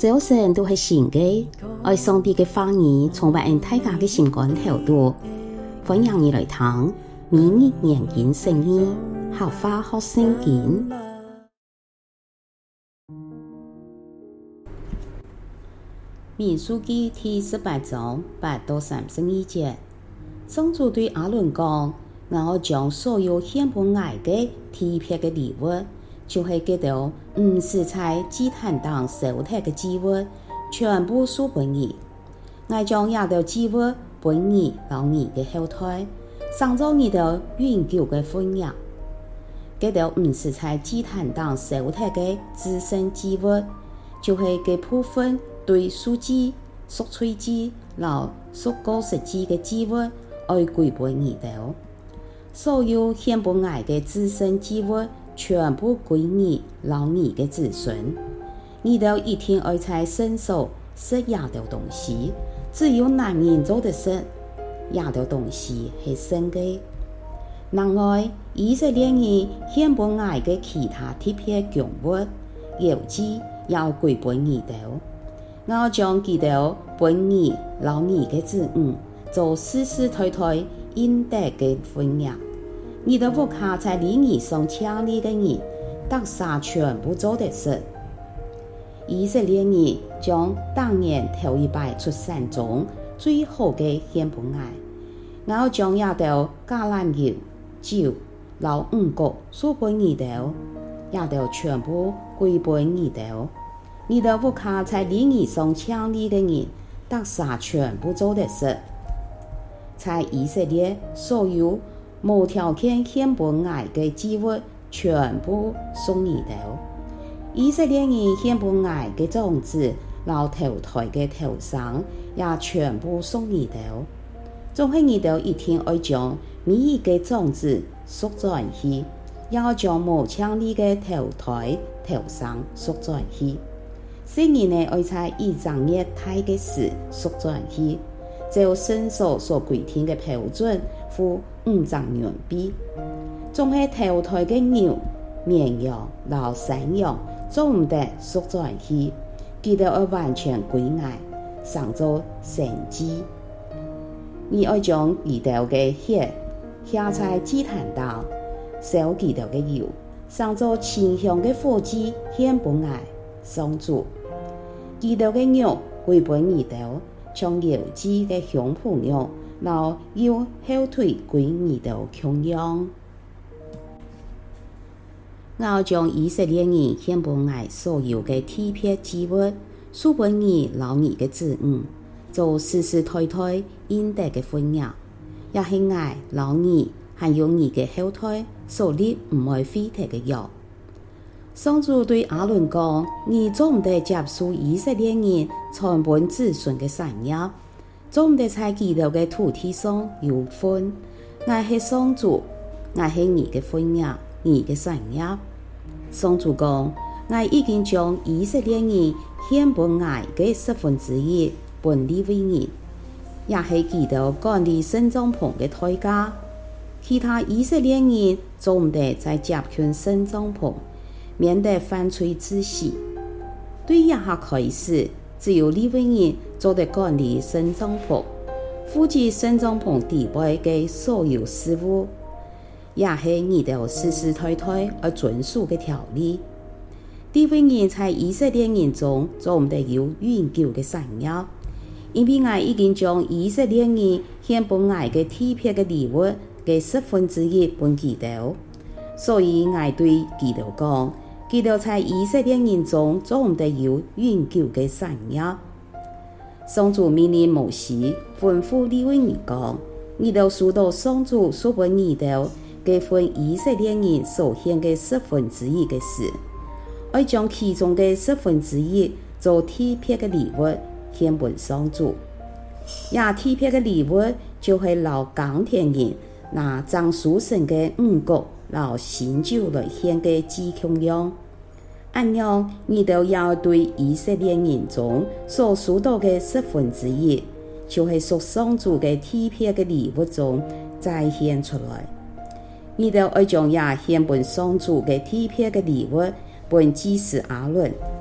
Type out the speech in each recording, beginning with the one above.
早晨都是新的，愛上帝的話語充滿大家的心肝頭度。歡迎你來聽每日研經聖經，合法學聖經。民數記第18章8到32節，上主對亞倫講：我將所有獻給我的天撇的禮物，就是嗰條唔是在祭壇當燒炭的祭物，全部賜給你。我將這條祭物給你和你的後代，創造你的永久的婚約。嗰條唔是在祭壇當燒炭的至聖祭物，就是嗰部分對贖祭、贖罪祭、和贖過失祭的祭物，愛歸給你的。所有獻給我的至聖祭物，全部歸你和你的子孫。你都一定愛在聖所食這條東西，只有男人做得食。這條東西是聖的。另外，以色列人獻給我的其他特別供物、油脂，也歸給你的。我將佢哋給你和你的子孫，做世世代代應得的婚約。你的屋下在禮儀上強烈的人，特撒全部做得食。以色列人將當年頭一擺出產中最好的獻給我將這條橄欖油、酒、和五穀賜給你哋，這條全部歸給你哋。你的屋下在禮儀上強烈的人，特撒全部做得食。在以色列所有無條件獻給我的祭物，全部送你哋。以色列人獻給我的種子，和頭胎的頭生，也全部送你哋。總係你哋一定要將每一個種子贖轉去，要將無強力的頭胎頭生贖轉去。聖人呢要在一張月大的時贖轉去，就聖所所規定的標準，付5張元幣。總係頭胎的牛、綿羊、和山羊，總唔得贖轉去，佢哋要完全歸我，上做聖祭。你要將佢哋的血下在祭壇當，燒佢哋的油，上做清香的火祭獻給我上主。佢哋的肉歸給你哋，將油脂的香噴肉，然後腰後腿歸你哋供養。我將以色列人獻給我所有的特別祭物，賜給你和你的子孫，做世世代代應得的婚約，也是我和你還有你的後代所立唔會廢掉的約。上主對亞倫講：你總唔得接受以色列人傳本子孫的產業，總唔得在佢哋的土地上有份。我是上主，我是你的婚約，你的產業。上主講：我已經將以色列人獻給我的1/10分利未人，也是佢哋管理聖帳篷的代價。其他以色列人總唔得再接近聖帳篷，免得犯罪致死。對這下開始，只有利未人做得管理聖帳篷，負責聖帳篷地位的所有事務，也是你哋世世代代而遵守的條例。利未人在以色列人中總唔得有永久的產業，因為我已經將以色列人獻給我的特別的禮物嘅1/10分佢哋，所以我對佢哋講，佢哋在以色列人中總唔得有永久嘅產業。上主命令摩西吩咐利未人講：你哋數到上主所給你哋嘅份以色列人所獻嘅1/10嘅事，要將其中嘅1/10做特別嘅禮物獻給上主。也特別嘅禮物就係留耕田人拿長熟成的五穀和新酒來獻給祭供養。按樣，你都要對以色列人中所數到的1/10，就是屬上主的特別的禮物中再獻出來。你都要將也獻給上主的特別的禮物，本祭司亞倫。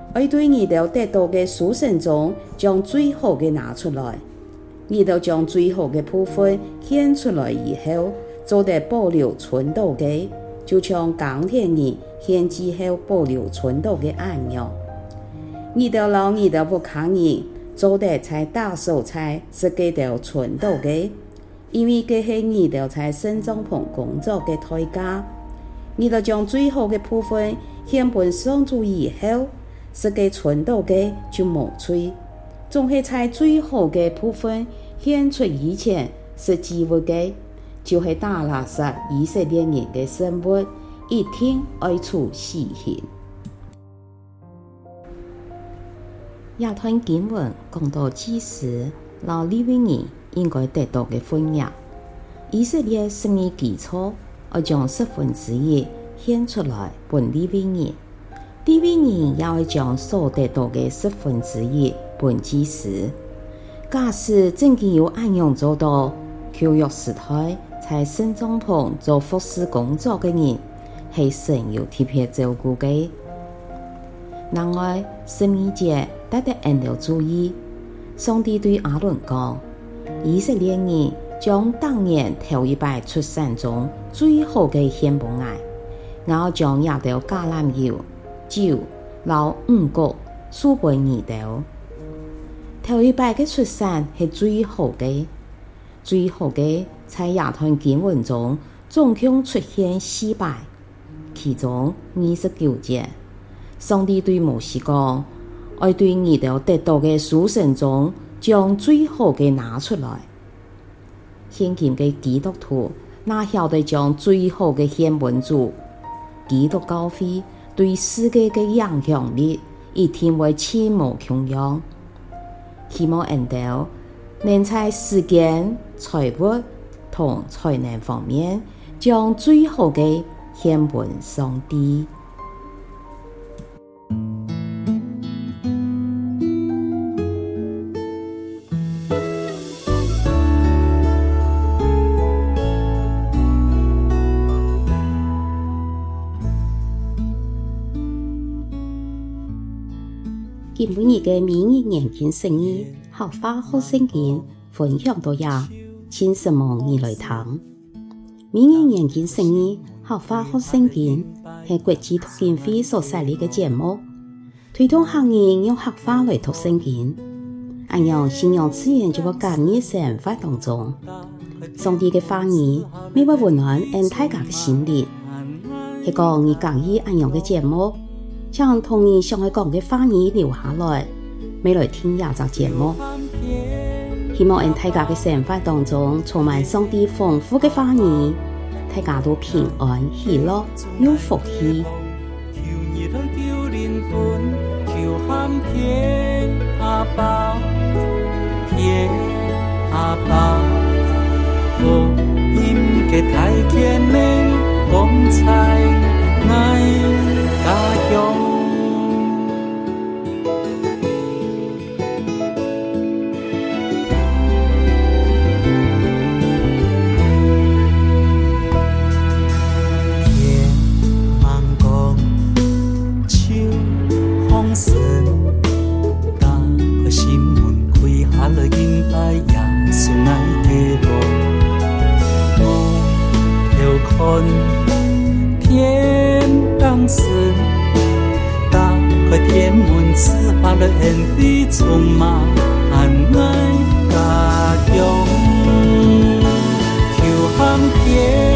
要对你哋得到嘅书生中，将最好嘅拿出来。你哋将最好嘅部分献出来以后，做得保留存到嘅，就像耕田人献之后保留存到嘅一样。你哋让你哋不抗人，做得在大手菜是给到存到嘅，因为这是你哋在生帐篷工作嘅代价。你哋将最好嘅部分献本上主以后，是给存到嘅就无吹。总是在最好嘅部分献出以前是机会嘅，就是打垃圾以色列人嘅生活一天爱处实行。亚团经文讲到祭司老利未人应该得到嘅分业，以色列生意基础要将1/10献出来本利未人，利未人也要将所得到嘅1/10本祭司。假使真嘅有按样做到，旧约时代在圣帐篷做服侍工作嘅人，系神有特别照顾嘅。另外，12节特别应要注意，上帝对亚伦讲，以色列人将当年头一摆出产中最好嘅献给我，然后将亚条橄榄油、酒、老五穀输俾二条。头一摆嘅出产是最好嘅，最好嘅在亚团经文中总共出现4摆，其中29节，上帝对摩西讲，要对二条得到嘅书生中，将最好嘅拿出来。现今嘅基督徒哪晓得将最好嘅献本主？基督教会对世界嘅影响力一定会千无穷样。希望恩道能在时间、财物同才能方面，将最好嘅献给上帝。今每日嘅每日研经生意合法学圣经分享到呀，请什么你来听？每日研经生意合法学圣经系国际读经会所设立嘅节目，推动行业用合法来读圣经，按样信仰资源就会加入生活当中。上帝嘅话语每位温暖人大家嘅心灵，系讲你讲意按样嘅节目。将同意上海讲嘅话语留下来，未来听亚集节目。希望喺大家嘅生活当中充满上帝丰富嘅话语，大家都平安喜乐有福气。 天当时，打开天门，赐下了恩惠，充满爱家乡，求喊天。